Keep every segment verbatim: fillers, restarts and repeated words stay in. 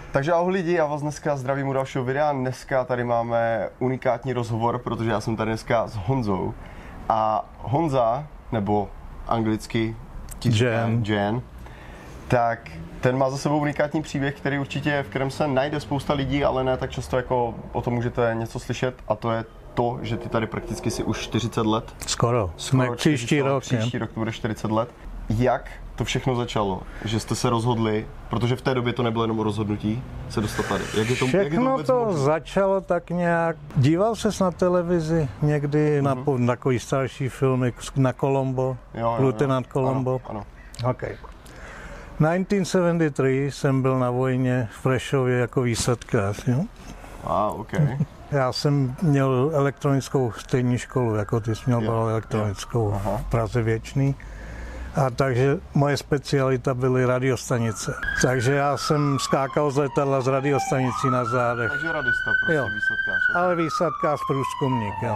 Takže ahoj lidi, já vás dneska zdravím u dalšího videa. Dneska tady máme unikátní rozhovor, protože já jsem tady dneska s Honzou. A Honza, nebo anglicky Jan. Jan, tak ten má za sebou unikátní příběh, který určitě, v kterém se najde spousta lidí, ale ne tak často, jako o tom můžete něco slyšet. A to je to, že ty tady prakticky si už čtyřicet let. Skoro. Skoro příští rok. Příští rok to bude čtyřicet let. Jak to všechno začalo? Že jste se rozhodli, protože v té době to nebylo jenom o rozhodnutí, se dostat tady. Jak je to, všechno jak je to, vůbec to možné? Začalo tak nějak. Díval ses na televizi někdy mm-hmm. na takový starší filmy, na Colombo, jo, jo, Lieutenant jo. Colombo? Ano, ano. Okay. devatenáct set sedmdesát tři jsem byl na vojně v Prešově jako výsadkář. Jo? A, ok. Já jsem měl elektronickou střední školu, jako ty jsi měl jo, elektronickou jo. v Praze Věčný. A takže moje specialita byly radiostanice. Takže já jsem skákal z letadla z radiostanicí na zádech. Takže radista, prostě jo. Výsadkář. Ale výsadkář, průzkumník, jo.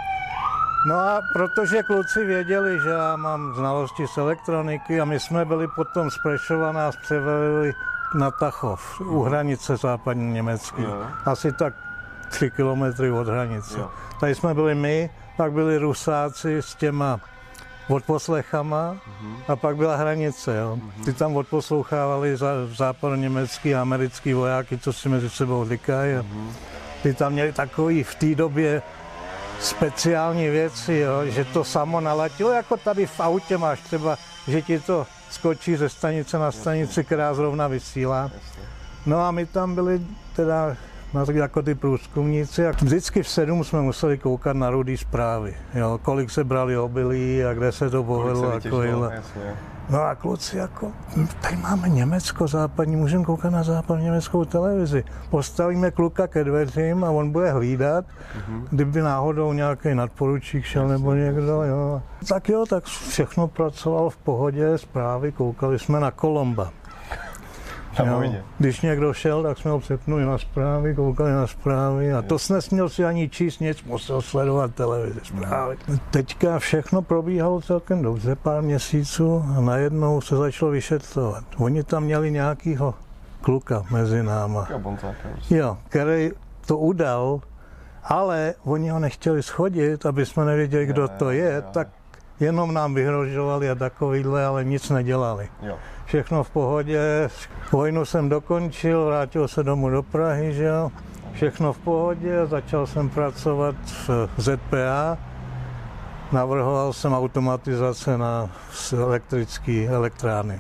No a protože kluci věděli, že já mám znalosti z elektroniky a my jsme byli potom z Prešova, nás převelili na Tachov, u hranice západní německé. Asi tak tři kilometry od hranice. Jo. Tady jsme byli my, pak byli Rusáci s těma odposlechama mm-hmm. a pak byla hranice. Jo. Mm-hmm. Ty tam odposlouchávali za, západoněmecký a americký vojáky, co si mezi sebou říkají. Mm-hmm. Ty tam měli takový v té době speciální věci, jo, že to samo nalatilo, jako tady v autě máš třeba, že ti to skočí ze stanice na stanici, která zrovna vysílá. No a my tam byli teda jako ty průzkumníci a vždycky v sedm jsme museli koukat na rudý zprávy, jo, kolik se brali obilí a kde se to povedlo a kolik. No a kluci jako, tady máme Německo západní, můžeme koukat na západní německou televizi. Postavíme kluka ke dveřím a on bude hlídat, mm-hmm. kdyby náhodou nějaký nadporučík šel nebo někdo, jo. Tak jo, tak všechno pracovalo v pohodě, zprávy, koukali jsme na Colomba. Když někdo šel, tak jsme ho přepnuli na zprávy, koukali na zprávy a to nesměl si ani číst nic, musel sledovat televizi, zprávy. Teďka všechno probíhalo celkem dobře, pár měsíců a najednou se začalo vyšetřovat. Oni tam měli nějakýho kluka mezi náma, jo, který to udal, ale oni ho nechtěli schodit, aby jsme nevěděli, kdo to je, tak jenom nám vyhrožovali a takovýhle, ale nic nedělali. Všechno v pohodě, vojnu jsem dokončil, vrátil se domů do Prahy, že jo. Všechno v pohodě, začal jsem pracovat v Z P A, navrhoval jsem automatizace na elektrické elektrárny.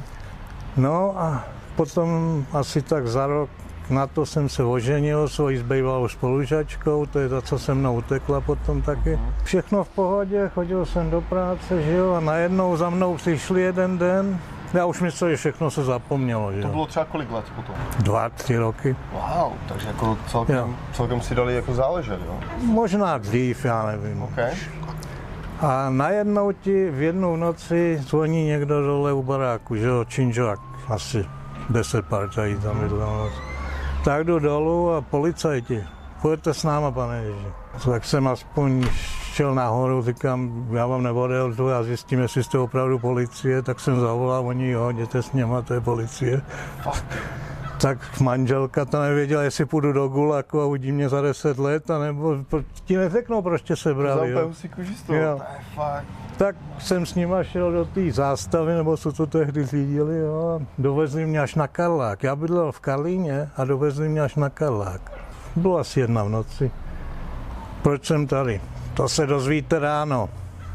No a potom asi tak za rok na to jsem se oženil svojí zbývalou spolužačkou, to je ta, co se mnou utekla potom taky. Všechno v pohodě, chodil jsem do práce, že jo, a najednou za mnou přišli jeden den. Já už myslel, že všechno se zapomnělo, že jo. To bylo třeba kolik let potom? Dva, tři roky. Wow, takže jako celkem, celkem si dali jako záležet, jo? Možná dřív, já nevím. Okay. A najednou ti v jednu noci zvoní někdo dole u baráku, že jo, činžák, asi deset partají tam bydlel. Tak jdu dolů a policajti, pojďte s náma, pane Ježi. Tak jsem aspoň šel nahoru, říkám, já vám neodejdu, já zjistím, jestli jste opravdu policie, tak jsem zavolal, oni jo, jděte s něma, to je policie. Tak manželka ta nevěděla, jestli půjdu do gulaku a uvidí mě za deset let, anebo ti neřeknou, proč tě sebrali. Zaupaju si kůži z toho, to je fakt. Tak jsem s nima šel do té zástavy, nebo co to tehdy řídili, jo, a dovezli mě až na Karlák. Já bydlel v Karlíně a dovezli mě až na Karlák. Bylo asi jedna v noci. Proč jsem tady? To se dozvíte ráno.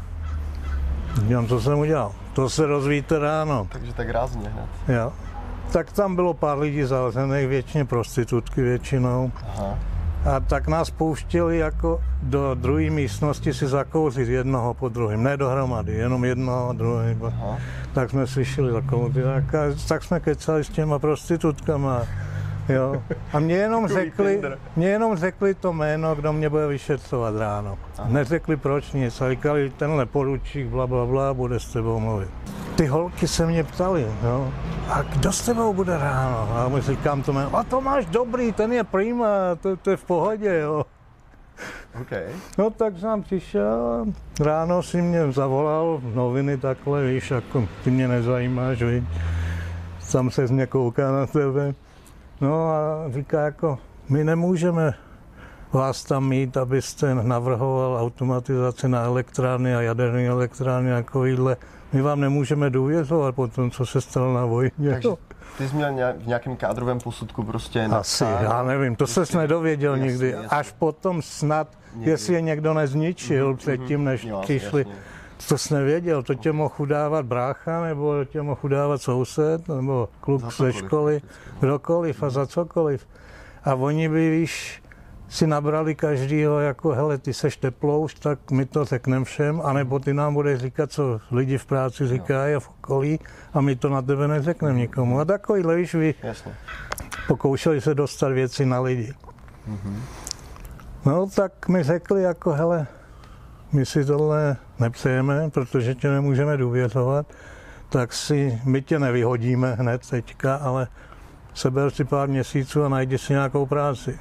Říkám, co jsem udělal? To se dozvíte ráno. Takže tak rázně hned. Jo. Tak tam bylo pár lidí zalezených, většině prostitutky většinou. Aha. A tak nás pouštěli jako do druhé místnosti si zakouřit jednoho po druhém. Ne dohromady, jenom jednoho a druhý. Aha. Tak jsme slyšeli takovou tak, tak jsme kecali s těma prostitutkama. Jo. A mě jenom, řekli, mě jenom řekli to jméno, kdo mě bude vyšetřovat ráno. Aha. Neřekli proč nic a říkali, tenhle poručík, bla, bla, bla, bude s tebou mluvit. Ty holky se mě ptali, jo, a kdo s tebou bude ráno? A my říkám to jméno, a to máš dobrý, ten je prima, to, to je v pohodě, jo. Okay. No tak jsem přišel, ráno si mě zavolal, noviny takhle, víš, jako ty mě nezajímáš, víš. Sam se z mě kouká na tebe. No a říká jako, my nemůžeme vás tam mít, abyste navrhoval automatizaci na elektrárny a jaderné elektrárny a takovýhle. My vám nemůžeme důvěřovat po tom, co se stalo na vojně. Takže ty jsi měl v nějakém kádrovém posudku prostě... Asi, napsán, já nevím, to ses nedověděl jasný, nikdy. Jasný. Až potom snad, někdy. Jestli je někdo nezničil mm-hmm, předtím, než mm-hmm, přišli. Jasný. To jsi nevěděl, to tě mohl udávat brácha, nebo tě mohl udávat soused, nebo kluk ze školy, kdokoliv a za cokoliv. A oni by, víš, si nabrali každýho jako, hele, ty seš teplouš, tak my to řekneme všem, anebo ty nám budeš říkat, co lidi v práci říkají a v okolí, a my to na tebe neřekneme nikomu. A takovýhle, víš, vy Jasně. pokoušeli se dostat věci na lidi. Mm-hmm. No, tak mi řekli jako, hele, my si tohle nepřejeme, protože tě nemůžeme důvěřovat, tak si, my tě nevyhodíme hned teďka, ale seber si pár měsíců a najdi si nějakou práci.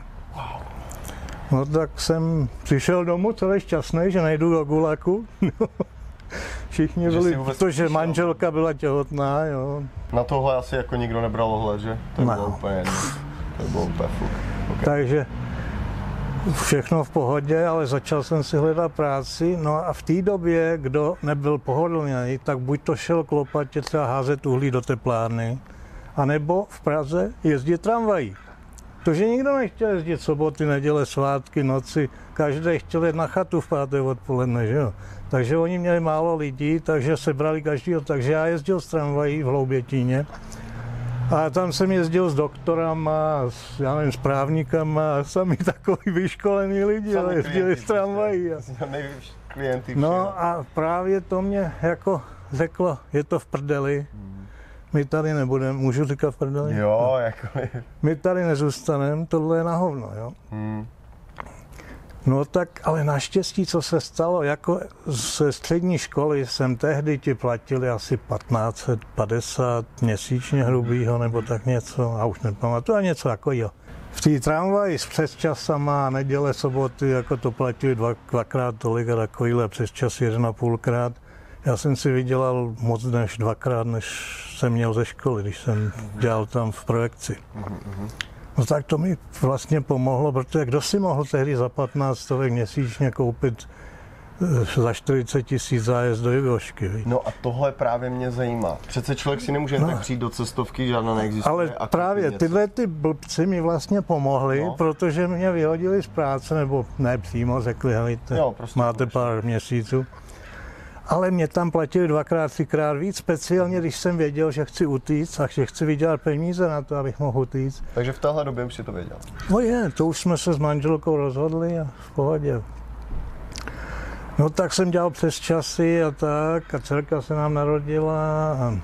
No tak jsem přišel domů celý šťastný, že nejdu do gulaku. Všichni byli, protože manželka byla těhotná, jo. Na tohle asi jako nikdo nebral ohled, že? To no. bylo úplně jedno. To bylo úplně fuk. Okay. Takže všechno v pohodě, ale začal jsem si hledat práci. No a v té době, kdo nebyl pohodlný, tak buď to šel k lopatě třeba házet uhlí do teplárny, anebo v Praze jezdit tramvají. To, že nikdo nechtěl jezdit soboty, neděle, svátky, noci, každý chtěl jít na chatu v páté odpoledne, že jo. Takže oni měli málo lidí, takže sebrali každýho, takže já jezdil s tramvají v Hloubětíně. A tam jsem jezdil s doktorama, s, já nevím, s právníkama, sami takový vyškolení lidi, sami ale jezdili s tramvají. A... No a právě to mě jako řeklo, je to v prdeli. My tady nebudeme, můžu říkat v prdeli? Jo, jako... My tady nezůstaneme, tohle je na hovno, jo. Hmm. No tak, ale naštěstí, co se stalo, jako ze střední školy jsem tehdy ti platili asi patnáct set padesát měsíčně hrubýho, nebo tak něco, a už nepamatuju, a něco takového. V té tramvaji s přesčasama, neděle, soboty, jako to platili dva, dvakrát tolik a takovýhle, přesčas jeden a půlkrát. Já jsem si vydělal moc než dvakrát, než jsem měl ze školy, když jsem dělal tam v projekci. No tak to mi vlastně pomohlo, protože kdo si mohl tehdy za patnáct stovek měsíčně koupit za čtyřicet tisíc zájezd do Jugošky. No a tohle právě mě zajímá. Přece člověk si nemůže no. tak přijít do cestovky, žádná neexistuje. Ale a právě tyhle ty blbci mi vlastně pomohli, no. protože mě vyhodili z práce, nebo ne přímo, řekli, helejte, jo, prostě máte pár prostě. měsíců. Ale mě tam platili dvakrát, třikrát víc, speciálně když jsem věděl, že chci utíct a že chci vydělat peníze na to, abych mohl utíct. Takže v téhle době už si to věděl? No je, to už jsme se s manželkou rozhodli a v pohodě. No tak jsem dělal přes časy a tak a dcerka se nám narodila a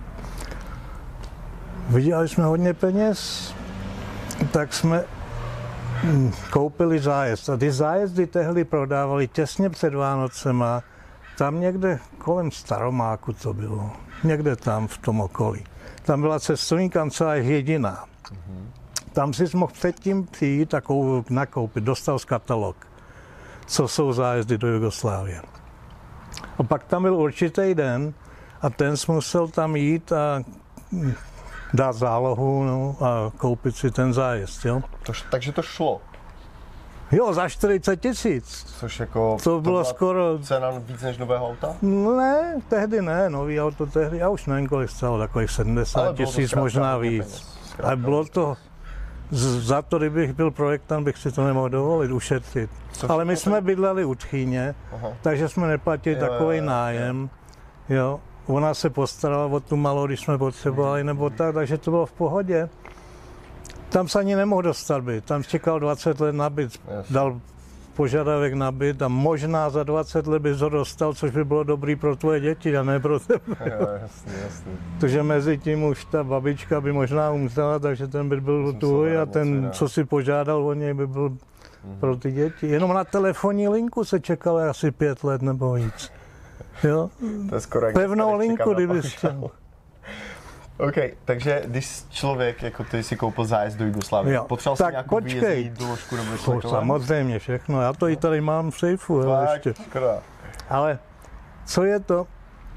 vydělali jsme hodně peněz, tak jsme koupili zájezd. A ty zájezdy tehdy prodávali těsně před Vánocema. Tam někde kolem Staromáku to bylo, někde tam v tom okolí. Tam byla cestovní kancelář jediná. Mm-hmm. Tam si mohl předtím přijít a nakoupit, dostal z katalog, co jsou zájezdy do Jugoslávie. A pak tam byl určitý den a ten jsi musel tam jít a dát zálohu no, a koupit si ten zájezd. Jo? To, takže to šlo? Jo, za čtyřicet tisíc. Což jako... To bylo skoro... Cena víc než nového auta? Ne, tehdy ne, nový auto tehdy, já už nevím, kolik stalo, takových sedmdesát tisíc, možná víc. Ale bylo to, za to, kdybych byl projektant, bych si to nemohl dovolit, ušetřit. Což ale my jsme bydleli u Tchýně, Aha. takže jsme neplatili jo, takový jo, jo, nájem, jo. Ona se postarala o tu malou, když jsme potřebovali, nebo tak, takže to bylo v pohodě. Tam se ani nemohl dostat byt, tam čekal dvacet let na byt, dal požadavek na byt a možná za dvacet let bys ho dostal, což by bylo dobrý pro tvoje děti a ne pro tebe. Jo, jasný, jasný. Protože mezi tím už ta babička by možná umřela, takže ten byt byl tvůj a ten, co si požádal o něj, by byl mm-hmm. pro ty děti. Jenom na telefonní linku se čekalo asi pět let nebo víc. Jo? To je skoro pevnou linku, kdybys chtěl. OK, takže když člověk, jako ty si koupil zájezd do Jugoslávie, potřeboval si nějakou výjezdní doložku nebo něco takového? Samozřejmě všechno, já to i tady mám v sejfu. Fakt, škoda. Ale co je to?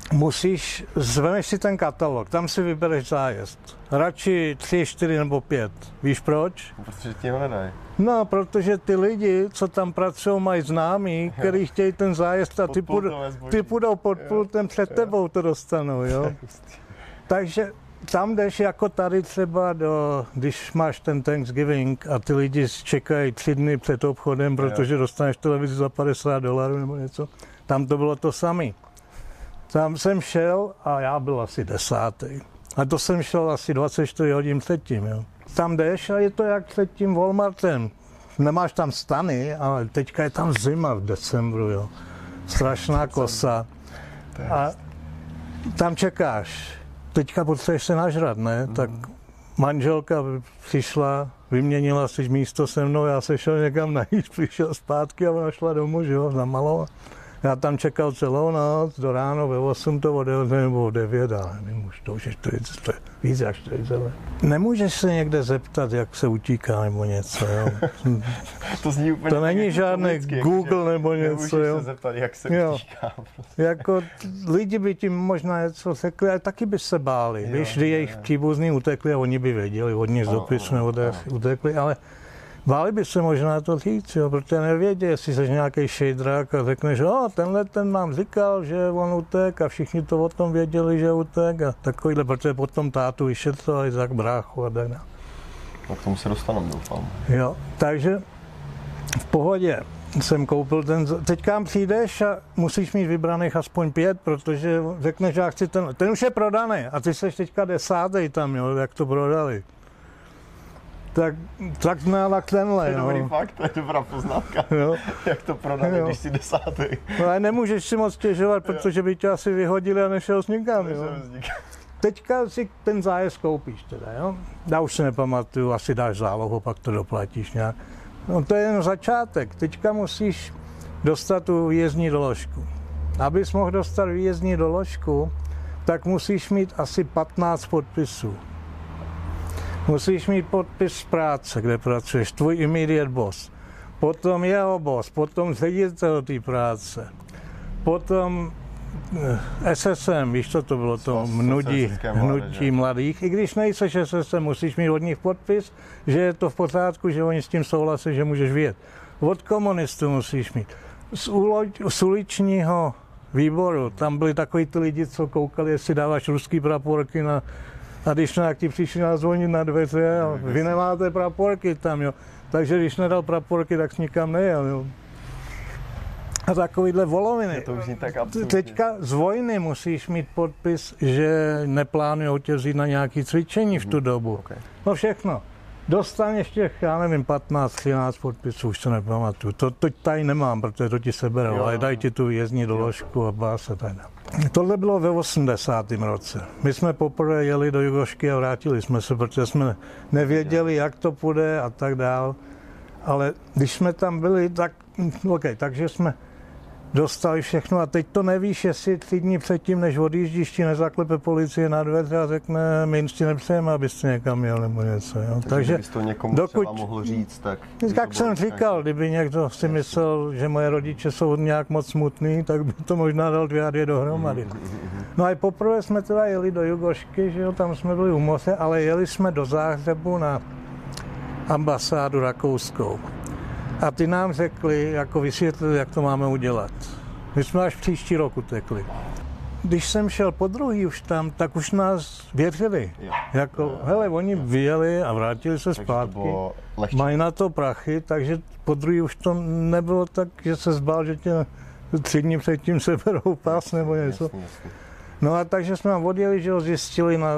musíš, zvemeš si ten katalog, tam si vybereš zájezd. Radši tři, čtyři nebo pět. Víš proč? Protože ti ho nedají. No, protože ty lidi, co tam pracují, mají známí, který chtějí ten zájezd a ty, půjdou, ty půjdou pod pultem, před tebou to dostanou, jo. Takže tam jdeš jako tady třeba do, když máš ten Thanksgiving a ty lidi čekají tři dny před obchodem, protože dostaneš televizi za padesát dolarů nebo něco, tam to bylo to samé. Tam jsem šel a já byl asi desátý. A to jsem šel asi dvacet čtyři hodin předtím, jo. Tam jdeš a je to jak před tím Walmartem. Nemáš tam stany, ale teďka je tam zima v decembru, jo. Strašná kosa. A tam čekáš. Teďka potřebuješ se nažrat, ne? Tak manželka přišla, vyměnila si místo se mnou, já se šel někam najít, přišel zpátky a ona šla domů, že jo, za malou. Já tam čekal celou noc, do ráno ve osm to odjel, nebo v devět, ale nevím, už to už je čtyřicet, to je víc jak čtyřicet let. Nemůžeš se někde zeptat, jak se utíká nebo něco, jo. To zní úplně to není žádný Google nebo něco, jo. Se zeptat, jak se jo. utíká. Prostě. Jako lidi by tím možná něco řekli, ale taky by se báli. Jo, víš, kdy jejich příbuzní utekli a oni by věděli, od nich z dopisu nebo utekli, ale báli by se možná to říct, jo, protože nevědí, jestli jsi nějaký šejdrák a řekneš, že oh, tenhle ten nám říkal, že on utek a všichni to o tom věděli, že utek a takovýhle, protože potom tátu vyšetřovali za bráchu a tak dále. Tak k tomu se dostaneme, doufám. Jo, takže v pohodě jsem koupil ten, teďka přijdeš a musíš mít vybraných aspoň pět, protože řekneš, že já chci ten, ten už je prodaný a ty seš teďka desátej tam, jo, jak to prodali. Tak, tak na tenhle, to je no. dobrý fakt, to je dobrá poznámka, jo. Jak to prodali, jo. Když jsi desátý. No ale nemůžeš si moc stěžovat, protože by tě asi vyhodili a nešel s nikam, jo. Teďka si ten zájezd koupíš teda, jo. Já už si nepamatuju, asi dáš zálohu, pak to doplatíš nějak. No to je jen začátek, teďka musíš dostat tu výjezdní doložku. Abys mohl dostat výjezdní doložku, tak musíš mít asi patnáct podpisů. Musíš mít podpis z práce, kde pracuješ, tvůj immediate boss, potom jeho boss, potom ředitel té práce, potom S S M, víš, co to bylo, to hnutí, hnutí mladých. I když nejseš S S M, musíš mít od nich podpis, že je to v pořádku, že oni s tím souhlasí, že můžeš vyjet. Od komunistů musíš mít. Z, ulo, z uličního výboru, tam byli takový ty lidi, co koukali, jestli dáváš ruský praporky na... A když nějak ti přišli nás zvonit na dveře, a vy nemáte praporky tam, jo. Takže když nedal praporky, tak s nikam nejel, jo. A takovýhle voloviny. To už tak absolutně. Teďka z vojny musíš mít podpis, že neplánujou tě vzít na nějaké cvičení v tu dobu. Okay. No všechno. Dostaneš těch, já nevím, patnáct, třináct podpisů, už to nepamatuju. To, to tady nemám, protože to ti seberou, ale dají ti tu výjezdní doložku a bás a tak. Tohle bylo ve osmdesátém roce. My jsme poprvé jeli do Jugošky a vrátili jsme se, protože jsme nevěděli, jak to půjde a tak dál. Ale když jsme tam byli, tak, okay, takže jsme dostali všechno a teď to nevíš, jestli tři dní předtím, než odjíždíš, ti nezaklepe policie na dveře a řekne, my ti nepřejeme, abyste někam jel nebo něco. Jo. Takže, Takže bys to někomu dokud, třeba mohl říct, tak... Jak jsem říkal, kdyby někdo si myslel, že moje rodiče jsou nějak moc smutný, tak by to možná dal dvě a dvě dohromady. No a poprvé jsme teda jeli do Jugošky, že jo, tam jsme byli u moře, ale jeli jsme do Záhřebu na ambasádu rakouskou. A ty nám řekli, jako vysvětlili, jak to máme udělat. My jsme až příští rok utekli. Když jsem šel po druhý už tam, tak už nás věřili. Jako, hele, oni vyjeli a vrátili se zpátky. Mají na to prachy, takže po druhý už to nebylo tak, že se zbál, že tě tři dny předtím seberou pás nebo něco. No a takže jsme odjeli, že ho zjistili na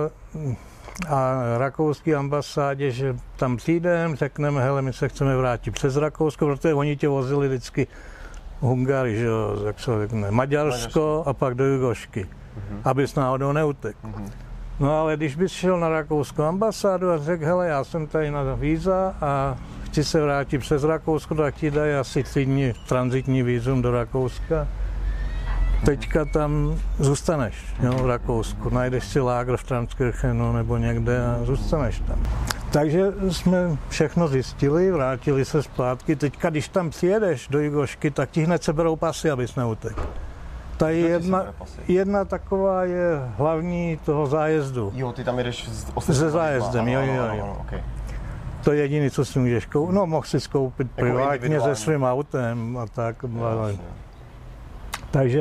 a rakouské ambasádě, že tam přijdeme, řekneme, hele, my se chceme vrátit přes Rakousko, protože oni tě vozili vždycky Hungary, že jo, jak se řekne, Maďarsko a pak do Jugošky, uh-huh. abys náhodou neutek. Uh-huh. No ale když bys šel na rakouskou ambasádu a řekl, hele, já jsem tady na víza a chci se vrátit přes Rakousko, tak ti dají asi tři dní tranzitní vízum do Rakouska. Teďka tam zůstaneš, jo, v Rakousku, najdeš si lágr v Transkirchenu nebo někde a zůstaneš tam. Takže jsme všechno zjistili, vrátili se zpátky. Teďka, když tam přijedeš do Jugošky, tak ti hned seberou pasy, abys neutekl. Tady jedna, jedna taková je hlavní toho zájezdu. Jo, ty tam jedeš z Se zájezdem, jo, jo, jo. Okay. To je jediné, co si můžeš koupit. No, mohl si koupit jako privátně se svým autem a tak. Jo, takže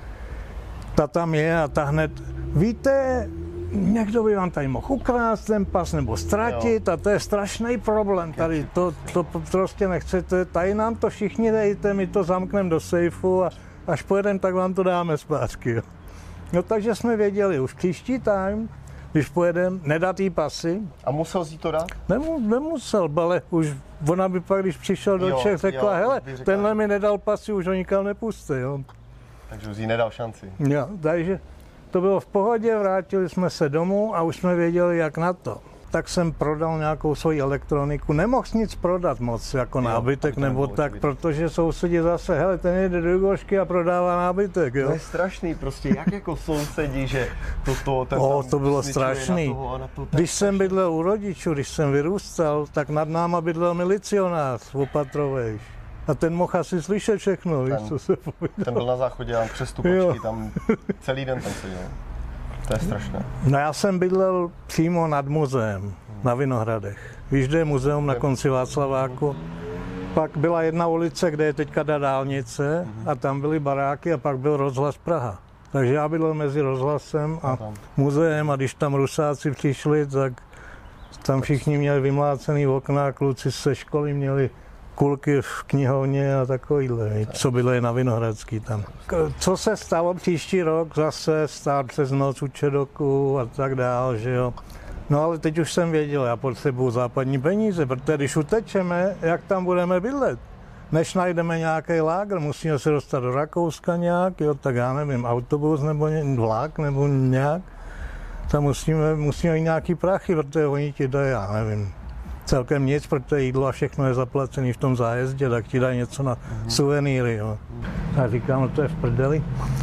ta tam je a ta hned, víte, někdo by vám tady mohl ukrást ten pas nebo ztratit, jo. A to je strašný problém tady, to, to prostě nechcete, tady nám to všichni dejte, my to zamkneme do sejfu a až pojedeme, tak vám to dáme zpátky. Jo. No takže jsme věděli, už příští time, když pojedeme, nedat jí pasy. A musel jsi to dát? Nemu, nemusel, ale už ona by pak, když přišel do jo, Čech, řekla, jo, hele, řekla, tenhle mi nedal pasy, už ho nikam nepustí. Jo. Takže už jí nedal šanci. Jo, takže to bylo v pohodě, vrátili jsme se domů a už jsme věděli, jak na to. Tak jsem prodal nějakou svoji elektroniku. Nemohl nic prodat moc, jako jo, nábytek nebo tak, být. Protože sousedi zase, hele, ten jede do Jugošky a prodává nábytek, jo. To je strašný, prostě jak jako sousedí, že toto, ten O, to bylo strašný. To, když jsem bydlel u rodičů, když jsem vyrůstal, tak nad náma bydlel milicionář opatrovej. A ten mohl asi slyšet všechno, ten, víš, co se povídá. Ten byl na záchodě, tam přestupačky, tam celý den tam seděl. To je strašné. No já jsem bydlel přímo nad muzeem, na Vinohradech. Víš, kde je muzeum na konci Václaváku? Pak byla jedna ulice, kde je teďka ta dálnice a tam byly baráky a pak byl rozhlas Praha. Takže já bydlel mezi rozhlasem a muzeem a když tam Rusáci přišli, tak tam všichni měli vymlácený okna, kluci ze školy měli kulky v knihovně a takovýhle, co bylo na Vinohradský tam. Co se stalo příští rok, zase stát přes noc u Čedoku a tak dál, že jo. No ale teď už jsem věděl, já potřebuju západní peníze, protože když utečeme, jak tam budeme bydlet? Než najdeme nějaký lágr, musíme se dostat do Rakouska nějak, jo, tak já nevím, autobus nebo vlak nebo nějak. Tam musíme, musíme mít nějaký prachy, protože oni ti dají, já nevím, celkem nic, protože jídlo a všechno je zaplacené v tom zájezdě, tak ti dají něco na mm. suvenýry. Jo. A říkám, no to je v prdeli.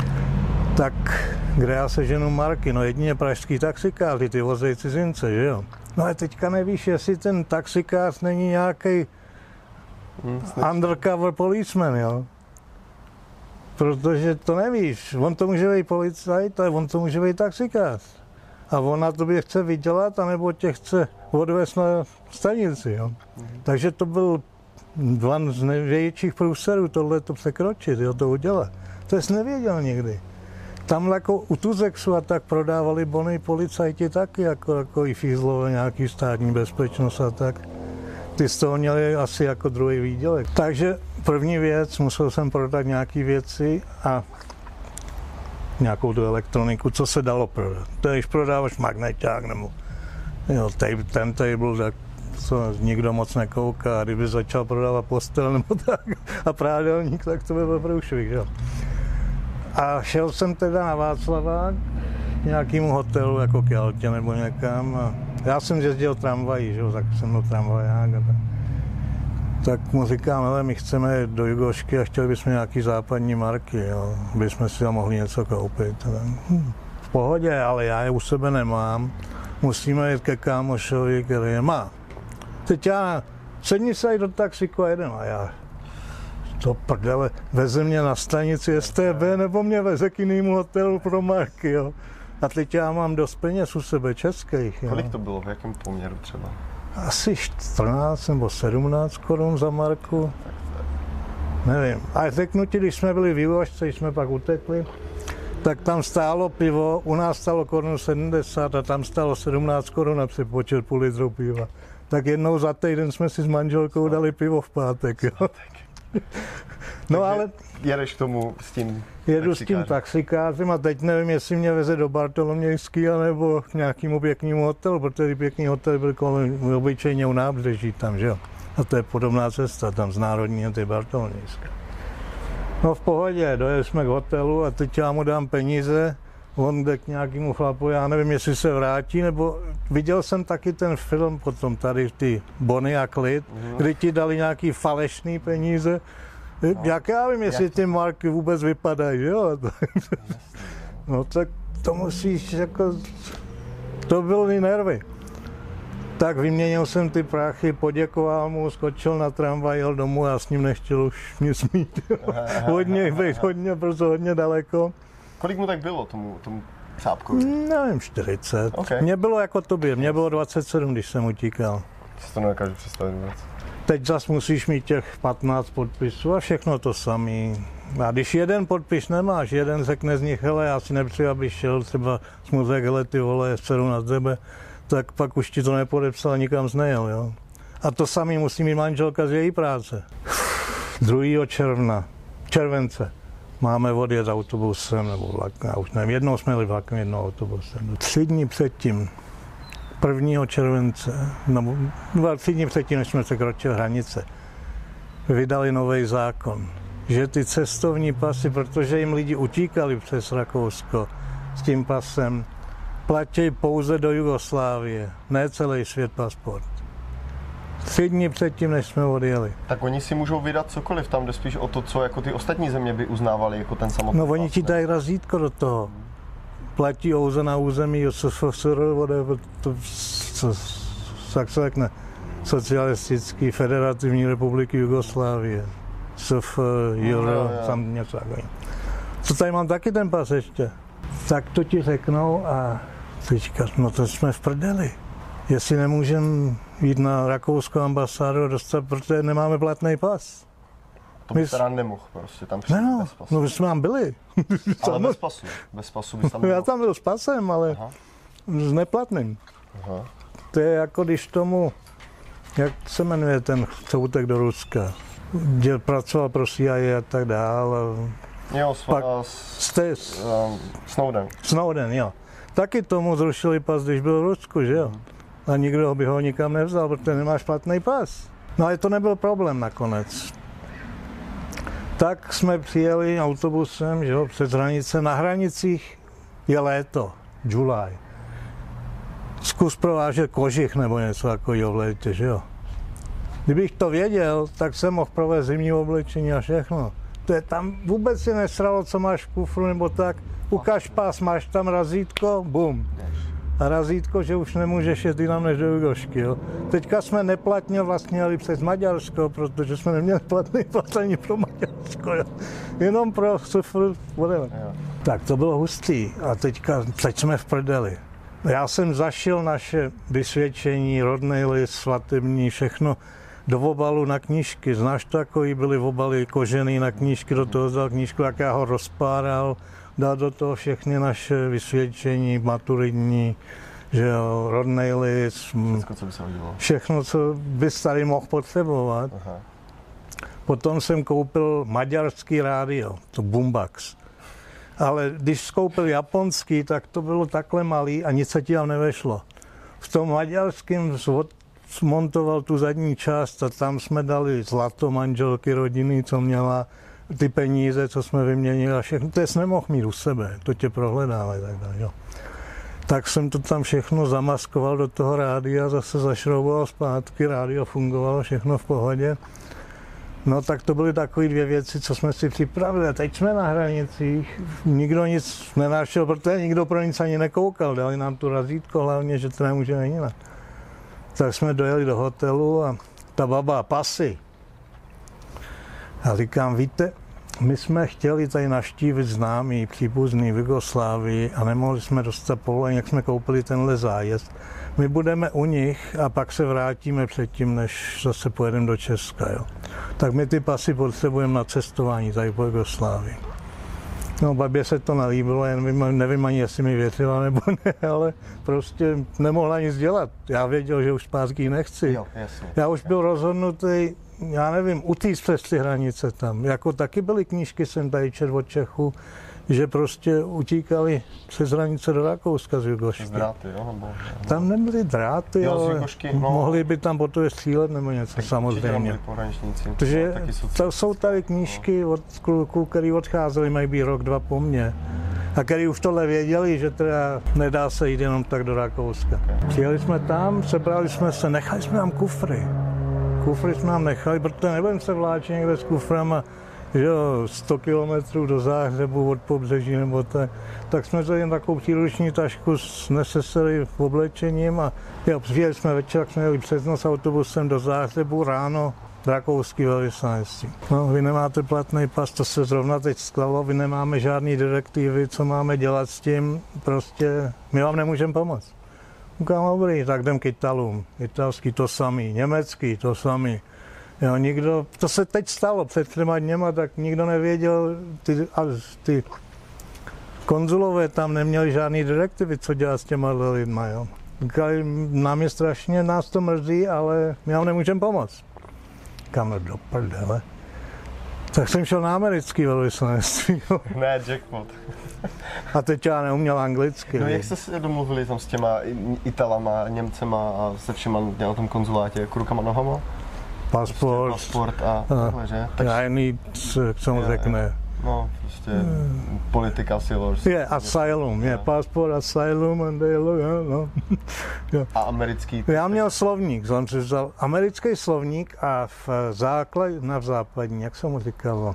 Tak kde já seženu marky? No jedině pražský taxikáři, ty vozej cizince, že jo. No a teďka nevíš, jestli ten taxikář není nějaký mm, undercover policeman, jo. Protože to nevíš, on to může být policajt, ale on to může být taxikář. A on na tobě chce vydělat, anebo tě chce odvést na stanici. Jo. Mm. Takže to byl one z největších průserů, tohle to překročit, jo, to udělat. To jsi nevěděl nikdy. Tam jako u Tuzexu a tak prodávali bony policajti taky, jako, jako i fízlové, nějaký státní bezpečnost a tak. Ty z toho měli asi jako druhý výdělek. Takže první věc, musel jsem prodat nějaké věci a nějakou tu elektroniku, co se dalo prodat. To je, když prodáváš magneťák nebo jo, tape, ten table, tak co nikdo moc nekouká. A kdyby začal prodávat postel nebo tak a prádelník, tak to by byl průšvih, jo. A šel jsem teda na Václavák k nějakému hotelu, jako k Jaltě nebo někam. A já jsem jezdil tramvají, že jo, tak jsem byl tramvaják. A tak. Tak mu říkám, hele, my chceme jít do Jugošky a chtěli bychom nějaký západní marky, jo, bychom si tam mohli něco koupit. Hm, v pohodě, ale já je u sebe nemám, musíme jít ke kámošovi, který je má. Teď já, sedni se do taxiku a jedem a já, to prdele, veze mě na stanici S T B nebo mě veze k jinému hotelu pro marky, jo. A teď já mám dost peněz u sebe českých, jo. Kolik to bylo, v jakém poměru třeba? Asi čtrnáct nebo sedmnáct korun za marku, nevím. A řeknu ti, když jsme byli v Jugošce, když jsme pak utekli, tak tam stálo pivo, u nás stálo korunu sedmdesát a tam stálo sedmnáct korun na přepočet půl litru piva. Tak jednou za týden jsme si s manželkou dali pivo v pátek, jo. No ale jedeš k tomu s tím jedu taxikářem. s tím taxikářem a teď nevím, jestli mě veze do Bartolomějský anebo k nějakému pěknému hotelu, protože pěkný hotel byl kolem obyčejně u nábřeží tam, že jo. A to je podobná cesta, tam z Národního ty Bartolomějské. No v pohodě, dojeli jsme k hotelu a teď já mu dám peníze, on jde k nějakému chlapu, já nevím, jestli se vrátí, nebo viděl jsem taky ten film potom tady, ty Bonnie a Clyde, mm. kdy ti dali nějaký falešný peníze. No. Jak já vím, jestli ty marky vůbec vypadají, jo? No tak to musíš jako, to byly nervy. Tak vyměnil jsem ty prachy, poděkoval mu, skočil na tramvaj, jel domů a s ním nechtěl už nic mít. hodně, hodně, prostě hodně daleko. Kolik mu tak bylo tomu, tomu Řábkovi? Nevím, čtyřicet. Okay. Mně bylo jako tobě, mně bylo dvacet sedm, když jsem utíkal. Si to nedokážu představit vůbec. Teď zas musíš mít těch patnáct podpisů a všechno to samý. A když jeden podpis nemáš, jeden řekne z nich, hele, já si nepřeji, aby šel, třeba smuzek, hele, ty vole, seru na tebe, tak pak už ti to nepodepsal, nikam znejel, jo. A to samý musí mít manželka z její práce. druhého června, července, máme odjet autobusem, nebo vlakem, já už nevím, jednou jsme jeli vlakem, jednou autobusem. Tři dny předtím, prvního července, nebo dva, tři dny předtím, než jsme překročili hranice, vydali nový zákon, že ty cestovní pasy, protože jim lidi utíkali přes Rakousko s tím pasem, platí pouze do Jugoslávie, ne celý svět pasport. Tři dny předtím, než jsme odjeli. Tak oni si můžou vydat cokoliv, tam jde spíš o to, co jako ty ostatní země by uznávaly jako ten samotný No oni pas, ti ne? dají razítko do toho. Platí ouze na území S F S R, whatever, to, co, jak se řekne, Socialistický federativní republiky Jugoslávie. S F, Euro, tam něco takového. Co tady mám taky ten pas ještě? Tak to ti řeknou a teďka, no to jsme v prdeli. Jestli nemůžeme jít na rakouskou ambasádu a dostat, protože nemáme platný pas. To by My... teda nemohl prostě tam přijít no, bez pasu. no, my jsme tam byli. Ale bez pasu, bez pasu by tam byl. Já tam byl s pasem, ale Aha. s neplatným. Aha. To je jako když tomu, jak se jmenuje ten, co utek do Ruska, kde pracoval pro C I A a tak dále. Jo, s, pak, uh, s, s, um, Snowden. Snowden, jo. Taky tomu zrušili pas, když byl v Rusku, že jo? Hmm. A nikdo by ho nikam nevzal, protože nemáš platný pas. No ale to nebyl problém nakonec. Tak jsme přijeli autobusem, že jo, přes hranice. Na hranicích je léto, July. Zkus provážet kožich nebo něco takového v létě, že jo. Kdybych to věděl, tak jsem mohl provést zimní oblečení a všechno. To je tam vůbec si nesralo, co máš v kufru nebo tak. Ukaž pás, máš tam razítko, bum. A razítko, že už nemůžeš jet jinam než do Jugošky, jo. Teďka jsme neplatně vlastně jeli přes Maďarsko, protože jsme neměli platný pas ani pro Maďarsko, jo. Jenom pro sufr, whatever. Tak to bylo hustý a teďka, teď jsme v prdeli. Já jsem zašil naše vysvědčení, rodný list, svatební, všechno do obalu na knížky. Znáš to, takový byly obaly kožený na knížky, do toho vzal knížku, jak já ho rozpáral, dal do toho všechny naše vysvědčení, maturitní, že jo, rodný list, všechno, co by se hodilo. Všechno, co bys tady mohl potřebovat. Aha. Potom jsem koupil maďarský rádio, to Boombox. Ale když skoupil japonský, tak to bylo takhle malý a nic se ti tam nevešlo. V tom maďarském zmontoval tu zadní část a tam jsme dali zlato manželky rodiny, co měla, ty peníze, co jsme vyměnili a všechno. To jsi nemohl mít u sebe, to tě prohledávají. Tak, jo. Tak jsem to tam všechno zamaskoval do toho rádia, zase zašrouboval zpátky, rádio fungovalo, všechno v pohodě. No tak to byly takové dvě věci, co jsme si připravili. A teď jsme na hranicích, nikdo nic nenašel, protože nikdo pro nic ani nekoukal. Dali nám tu razítko, hlavně, že to nemůžeme jinak. Tak jsme dojeli do hotelu a ta baba, pasy. A říkám, víte, my jsme chtěli tady navštívit známý, příbuzný v Jugoslávii a nemohli jsme dostat povolení, jak jsme koupili tenhle zájezd. My budeme u nich a pak se vrátíme předtím, než zase pojedeme do Česka. Jo. Tak my ty pasy potřebujeme na cestování tady po Jugoslávii. No, babě se to nelíbilo, já nevím, nevím ani, jestli mi věřila nebo ne, ale prostě nemohla nic dělat. Já věděl, že už zpátky nechci. Jo, jasně. Já už byl rozhodnutý, já nevím, utíct přes ty hranice tam. Jako taky byly knížky, jsem tady četl od Čechů, že prostě utíkali přes hranice do Rakouska z Jugošky. Z dráty, jo? Nebo, nebo... Tam nebyly dráty, jo, ale Jugošky, no. Mohli by tam potom střílet nebo něco, tak samozřejmě. Takže to jsou tady knížky od kluků, který odcházeli, mají být rok, dva po mně. A který už tohle věděli, že teda nedá se jít jenom tak do Rakouska. Okay. Přijeli jsme tam, sebrali jsme se, nechali jsme tam kufry. Kufry jsme nám nechali, protože nebudeme se vláčet někde s kuframa že jo, sto kilometrů do Záhřebu od pobřeží nebo tak, tak jsme vzali jen takovou příruční tašku s necessary oblečením a jo, přijeli jsme večer, jsme jeli přes noc autobusem do Záhřebu, ráno rakouský velvyslanectví. No, vy nemáte platný pas, to se zrovna teď stalo, vy nemáme žádný direktivy, co máme dělat s tím, prostě my vám nemůžeme pomoct. Říkám, dobrý, tak jdem k Italům, italský to samý, německý to samý. Jo, nikdo, to se teď stalo před třema dněma, tak nikdo nevěděl, ty, a ty konzulové tam neměli žádný direktivy, co dělat s těma lidma, jo. Říkali, nám je strašně, nás to mrzí, ale my vám nemůžeme pomoct. Kam do prdele. Tak jsem šel na americký velvyslanectví. Ne, jackpot. A teď já neuměl anglicky. No jak jste se domluvili tam s těma Italama, Němcema a se všema na tom konzulátě, jako rukama, nohama? Pasport. Prostě pasport a takhle, že? Tak, já jiný, co mu řekne. No, prostě hmm. politika silor. Je, yeah, asylum, je, yeah, pasport, asylum, and they look, no. yeah. A americký? Já měl slovník, jsem si vzal americký slovník a v základ, na v západní, jak se mu říkalo.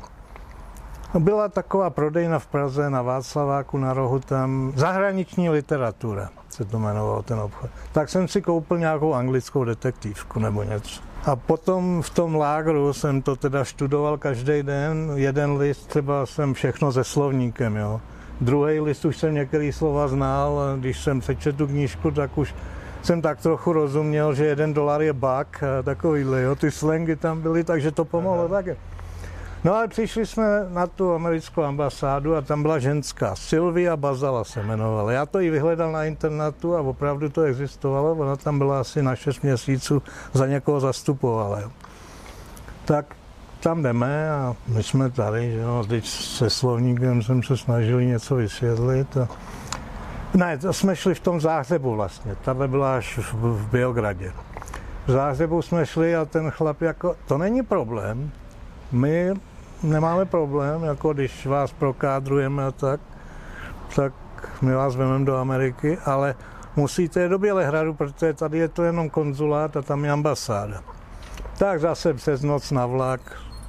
Byla taková prodejna v Praze na Václaváku na rohu, tam zahraniční literatura se to jmenovalo ten obchod. Tak jsem si koupil nějakou anglickou detektivku nebo něco. A potom v tom lágru jsem to teda študoval každý den, jeden list třeba jsem všechno se slovníkem, jo. Druhý list už jsem některé slova znal, když jsem přečetl tu knížku, tak už jsem tak trochu rozuměl, že jeden dolar je buck, takovýhle, jo, ty slangy tam byly, takže to pomohlo také. No ale přišli jsme na tu americkou ambasádu a tam byla ženská, Sylvia Bazala se jmenovala. Já to i vyhledal na internetu a opravdu to existovalo, ona tam byla asi na šest měsíců, za někoho zastupovala. Jo. Tak tam jdeme a my jsme tady, že jo, teď se slovníkem jsem se snažil něco vysvětlit. A... Ne, to jsme šli v tom Záhřebu vlastně, tady byla až v, v Beogradě. V Záhřebu jsme šli a ten chlap jako, to není problém, my nemáme problém, jako když vás prokádrujeme a tak, tak my vás vezmeme do Ameriky, ale musíte jít do Bělehradu, protože tady je to jenom konzulát a tam je ambasáda. Tak zase přes noc na vlak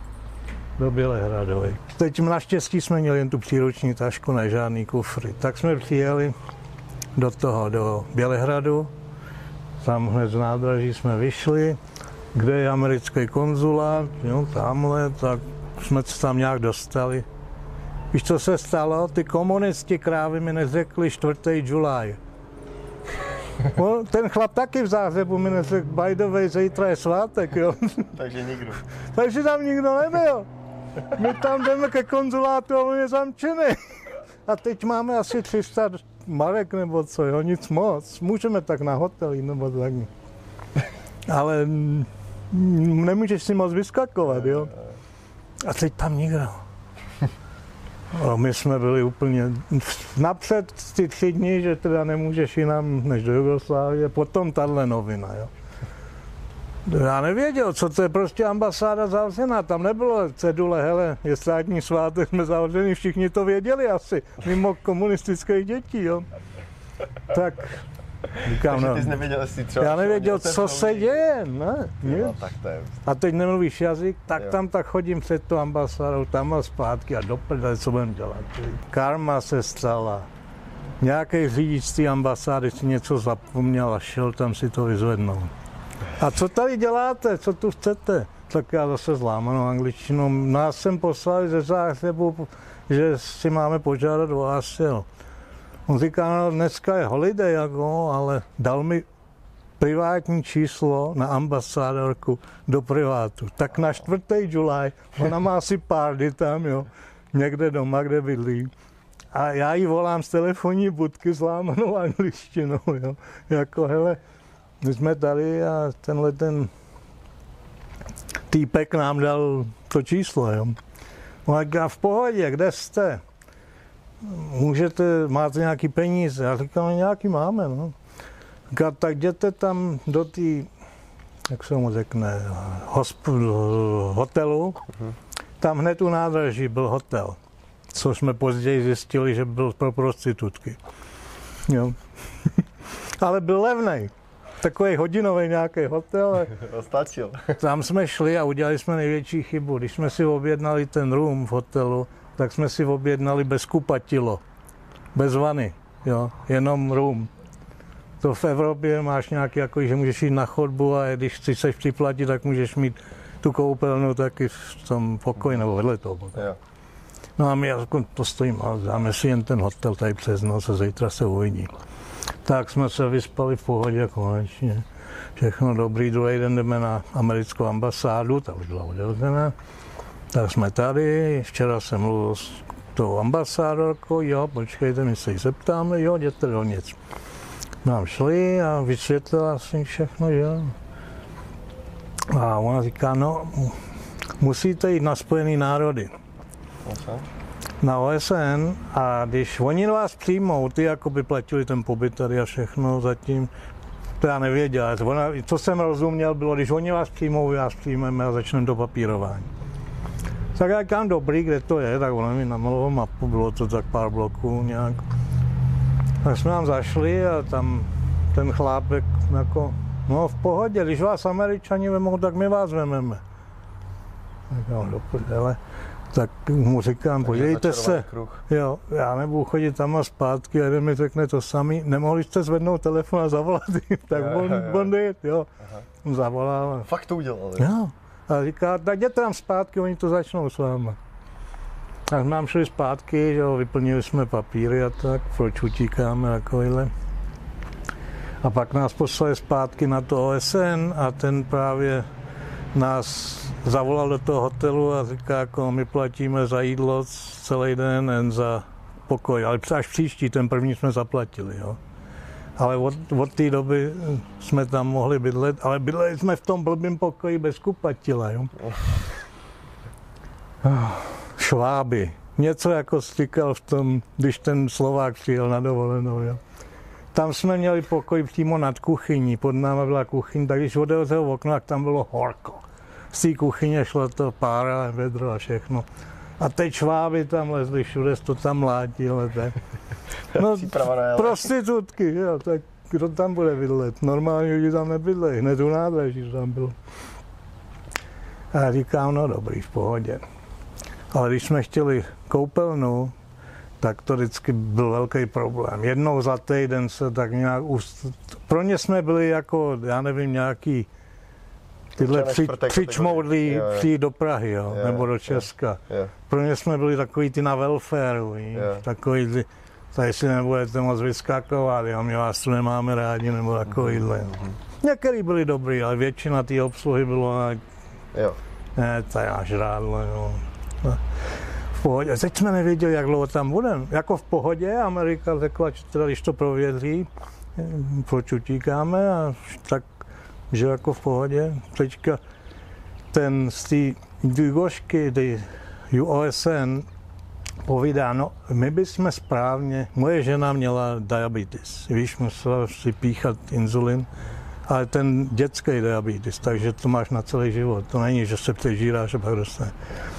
do Bělehradu. Teď naštěstí jsme měli jen tu příruční tašku, ne žádný kufry. Tak jsme přijeli do toho, do Bělehradu, tam hned z nádraží jsme vyšli, kde je americký konzulát, jo, tamhle, tak jsme se tam nějak dostali. Víš, co se stalo? Ty komunisti krávy mi neřekli čtvrtého July. No, ten chlap taky v Záhřebu mi neřekl, by the way, zítra je svátek, jo. Takže nikdo. Takže tam nikdo nebyl. My tam jdeme ke konzulátu a on je zamčený. A teď máme asi tři sta marek nebo co, jo, nic moc. Můžeme tak na hotel jít nebo tak. Ale nemůžeš si moc vyskakovat, jo. A teď tam nikdo. A my jsme byli úplně napřed ty tři dny, že teda nemůžeš jinam než do Jugoslávie, potom tahle novina, jo. Já nevěděl, co to je, prostě ambasáda zavřená, tam nebylo cedule, hele, je státní svátek, jsme zavření, všichni to věděli asi, mimo komunistických dětí, jo. Tak říkám, no, ty jsi nevěděl, jestli třeba... Já nevěděl, co se děje, ne, no, tak to je... A teď nemluvíš jazyk, tak jo. Tam tak chodím před tu ambasádou, tam a zpátky a do prdele, co budeme dělat. Karma se stala. Nějaký řidič té ambasády si něco zapomněl a šel tam si to vyzvednout. A co tady děláte, co tu chcete? Tak já zase zlámanou angličtinou. Nás jsem poslali ze Záhřebu, že si máme požádat o asyl. On říká, no, dneska je holiday, jako, ale dal mi privátní číslo na ambasádorku do privátu. Tak na čtvrtého July, ona má si párty tam, jo, někde doma, kde bydlí. A já jí volám z telefonní budky s lámanou angličtinou, jo. Jako, hele, my jsme tady a tenhle ten týpek nám dal to číslo, jo. On říká, v pohodě, kde jste? Můžete, máte nějaký peníze? Já říkám, nějaký máme, no. Říká, tak jděte tam do té, jak se mu řekne, hosp- hotelu. Uh-huh. Tam hned u nádraží byl hotel, což jsme později zjistili, že byl pro prostitutky. Jo. Ale byl levnej. takový hodinový nějaký hotel. Stačil. Tam jsme šli a udělali jsme největší chybu. Když jsme si objednali ten room v hotelu, tak jsme si objednali bez kupatilo, bez vany, jo, jenom room. To v Evropě máš nějaký, jako, že můžeš jít na chodbu a když chceš připlatit, tak můžeš mít tu koupelnu taky v tom pokoji nebo vedle toho pokoje. Jo. No a my jako to stojíme, ale dáme si jen ten hotel tady přes noc a zítra se uvidí. Tak jsme se vyspali v pohodě konečně. Všechno dobrý, druhý den jdeme na americkou ambasádu, ta už byla otevřená. Tak jsme tady, včera jsem mluvil s tou ambasádorkou, jo, počkejte, my se jí zeptáme, jo, jděte dovnitř. Nám šli a vysvětlila si všechno, jo. A ona říká, no, musíte jít na Spojené národy. Na O S N a když oni vás přijmou, ty jako by platili ten pobyt tady a všechno zatím, to já nevěděl. Ona, co jsem rozuměl, bylo, když oni vás přijmou, vás přijmeme a začneme do papírování. Tak já říkám, dobrý, kde to je, tak ona mi namalovala mapu, bylo to tak pár bloků nějak. Tak jsme tam zašli a tam ten chlápek jako, no v pohodě, když vás Američani vemou, tak my vás vememe. Tak já do prdele. Tak mu říkám, podívejte se, jo, já nebudu chodit tam a zpátky a jeden mi řekne to samý, nemohli jste zvednout telefon a zavolat jim, tak jo, on, jo, jo. on jít, jo, on zavolal. Fakt to udělali. Jo, a říká, tak jděte tam zpátky, oni to začnou s váma. Tak jsme tam šli zpátky, jo, vyplnili jsme papíry a tak, proč utíkáme takovýhle. A pak nás poslali zpátky na to O S N a ten právě nás zavolal do toho hotelu a říká, jako my platíme za jídlo celý den, jen za pokoj, ale až příští, ten první jsme zaplatili, jo. Ale od, od té doby jsme tam mohli bydlet, ale bydleli jsme v tom blbým pokoji bez kupatila, jo. Šváby. Něco jako stykal v tom, když ten Slovák přijel na dovolenou, jo. Tam jsme měli pokoj přímo nad kuchyní, pod náma byla kuchyň, tak když otevřel okno, tak tam bylo horko. Z té kuchyně šlo to pára, vedro a všechno. A teď šváby tam lezli, všude to tam mlátil. No, prostitutky, jo, tak kdo tam bude bydlet? Normální lidi tam nebydlejí, hned u nádraží tam bylo. A já říkám, no dobrý, v pohodě. Ale když jsme chtěli koupelnu, tak to vždycky byl velký problém. Jednou za týden se tak nějak... Pro ně jsme byli jako, já nevím, nějaký tyhle při, přičmoudlí přijít do Prahy, jo, jo, nebo do Česka. Jo, jo. Pro ně jsme byli takový ty na welfareu, takový ty, tady si nebudete moc vyskakovat, jo, my vás tu nemáme rádi, nebo takovýhle. Mm-hmm. Některý byli dobrý, ale většina té obsluhy bylo na... Jo. Ne, to je až rádlo, jo. V pohodě. Teď jsme nevěděli, jak dlouho tam budeme. Jako v pohodě, Amerika řekla, že teda, když to prověří, proč utíkáme, a tak, že jako v pohodě. Teďka ten z té Dugošky, O S N, povídá, no, my bychom správně, moje žena měla diabetes, víš, musela si píchat inzulin, ale ten dětský diabetes, takže to máš na celý život, to není, že se přežíráš a pak dostane.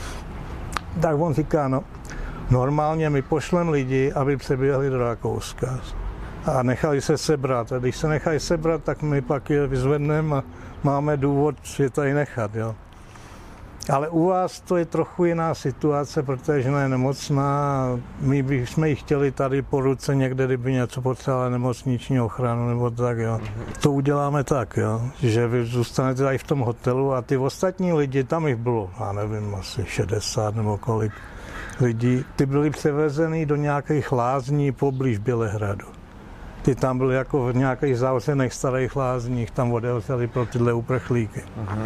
Tak on říká, no, normálně my pošlem lidi, aby přeběhli do Rakouska a nechali se sebrat. A když se nechají sebrat, tak my pak je vyzvedneme a máme důvod je tady nechat, jo. Ale u vás to je trochu jiná situace, protože žena je nemocná. My bychom ji chtěli tady po ruce někde, kdyby něco potřebovala nemocniční ochranu nebo tak, jo. To uděláme tak, jo, že vy zůstanete tady v tom hotelu a ty ostatní lidi, tam jich bylo, já nevím, asi šedesát nebo kolik lidí, ty byli převezený do nějakých lázní poblíž Bělehradu. Ty tam byly jako v nějakých zavřených starých lázních, tam odevřeli pro tyhle uprchlíky. Uh-huh.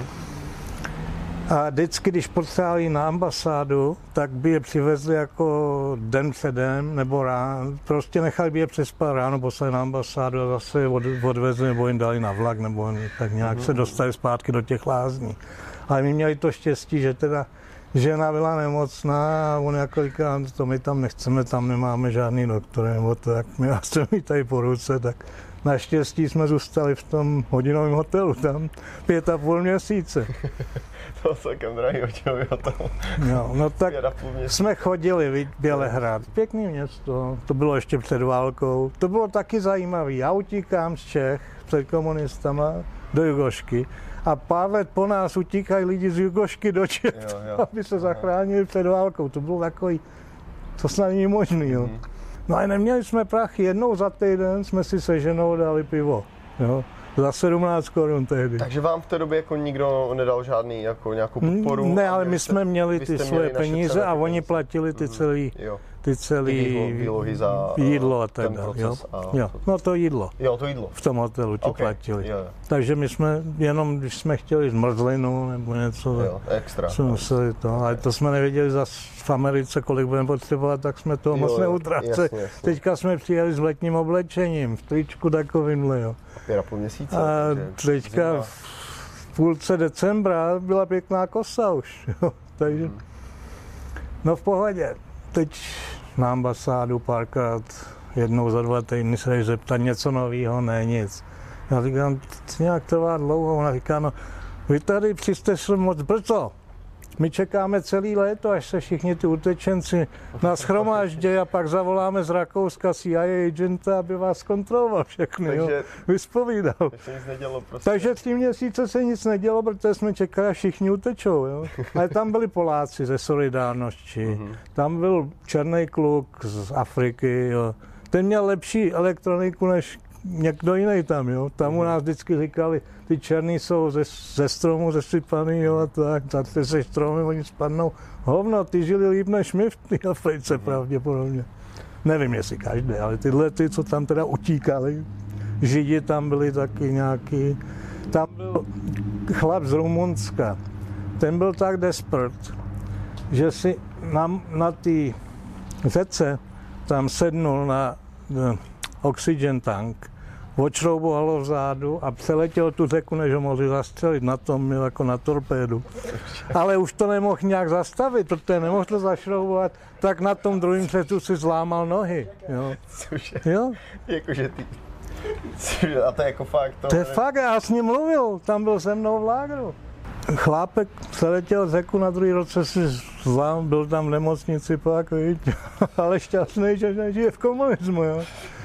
A vždycky, když potřebovali na ambasádu, tak by je přivezli jako den předem, nebo ráno, prostě nechali by je přespat ráno, poslali na ambasádu a zase je od, odvezli, nebo jim dali na vlak, nebo tak nějak se dostali zpátky do těch lázní. Ale my měli to štěstí, že teda žena byla nemocná a on jako říká, to my tam nechceme, tam nemáme žádný doktor, nebo tak, my vás chceme mít tady po ruce, tak naštěstí jsme zůstali v tom hodinovém hotelu, tam pět a půl měsíce. To celkem drahý hodinový hotel. No, no tak jsme chodili, víc, Bělehrad, pěkný město, to bylo ještě před válkou, to bylo taky zajímavé, já utíkám z Čech, před komunistama do Jugošky a pár let po nás utíkají lidi z Jugošky do Čech, jo, jo. aby se zachránili před válkou. To bylo takový, to snad není možný. Jo. Mm. No a neměli jsme prachy, jednou za týden jsme si se ženou dali pivo. Jo. Za sedmnáct korun tehdy. Takže vám v té době jako nikdo nedal žádný jako nějakou podporu? Ne, ale my jsme měli ty svoje peníze a oni platili ty celý, ty celý výlohy za jídlo a tak dále. Jo? Jo. No to jídlo. Jo, to jídlo. V tom hotelu ti okay. platili. Jo. Takže my jsme jenom, když jsme chtěli zmrzlinu nebo něco, jo, extra. jsme museli to, ale to jsme nevěděli zase v Americe, kolik budeme potřebovat, tak jsme toho moc neutráceli. Teďka jsme přijeli s letním oblečením, v tričku takovýmhle, jo. Pět a půl měsíce. A teďka v půlce decembra byla pěkná kosa už, jo. Takže hmm. no v pohodě. Teď na ambasádu párkrát, jednou za dva týdny se jdeš zeptat něco nového, ne nic. Já říkám, to nějak trvá dlouho, ona říká, no vy tady přijste se moc brzo. My čekáme celý léto, až se všichni ty utečenci nás shromáždějí a pak zavoláme z Rakouska C I A agenta, aby vás kontroloval všechny, takže, jo, vyspovídal. Nic nedělo, prostě. Takže tři měsíce se nic nedělo, protože jsme čekali, až všichni utečou, jo. Ale tam byli Poláci ze Solidárnosti, mm-hmm. tam byl černý kluk z Afriky, jo. Ten měl lepší elektroniku než někdo jiný tam, jo. Tam u nás vždycky říkali, ty černý jsou ze, ze stromu zesypaný, jo, a tak, tak ty se stromy, oni spadnou. Hovno, ty žili líp než my v té Africe, pravděpodobně. Nevím, jestli každý, ale tyhle ty, co tam teda utíkali, Židi tam byli taky nějaký. Tam byl chlap z Rumunska, ten byl tak desperate, že si na, na té řece tam sednul na uh, oxygen tank, odšrouboval ho vzadu a přeletěl tu řeku, než ho mohli zastřelit. Na tom měl jako na torpédu. Ale už to nemohl nějak zastavit, protože nemohl to zašroubovat, tak na tom druhém řetu si zlámal nohy. Jo. Cože? Jo? Jakože ty... A to je jako fakt to... To je fakt, já s ním mluvil, tam byl se mnou v lágru. Chlápek přeletěl řeku, na druhý roce si zlám, byl tam v nemocnici pak, víš, ale šťastný, že nežije v komunismu, jo.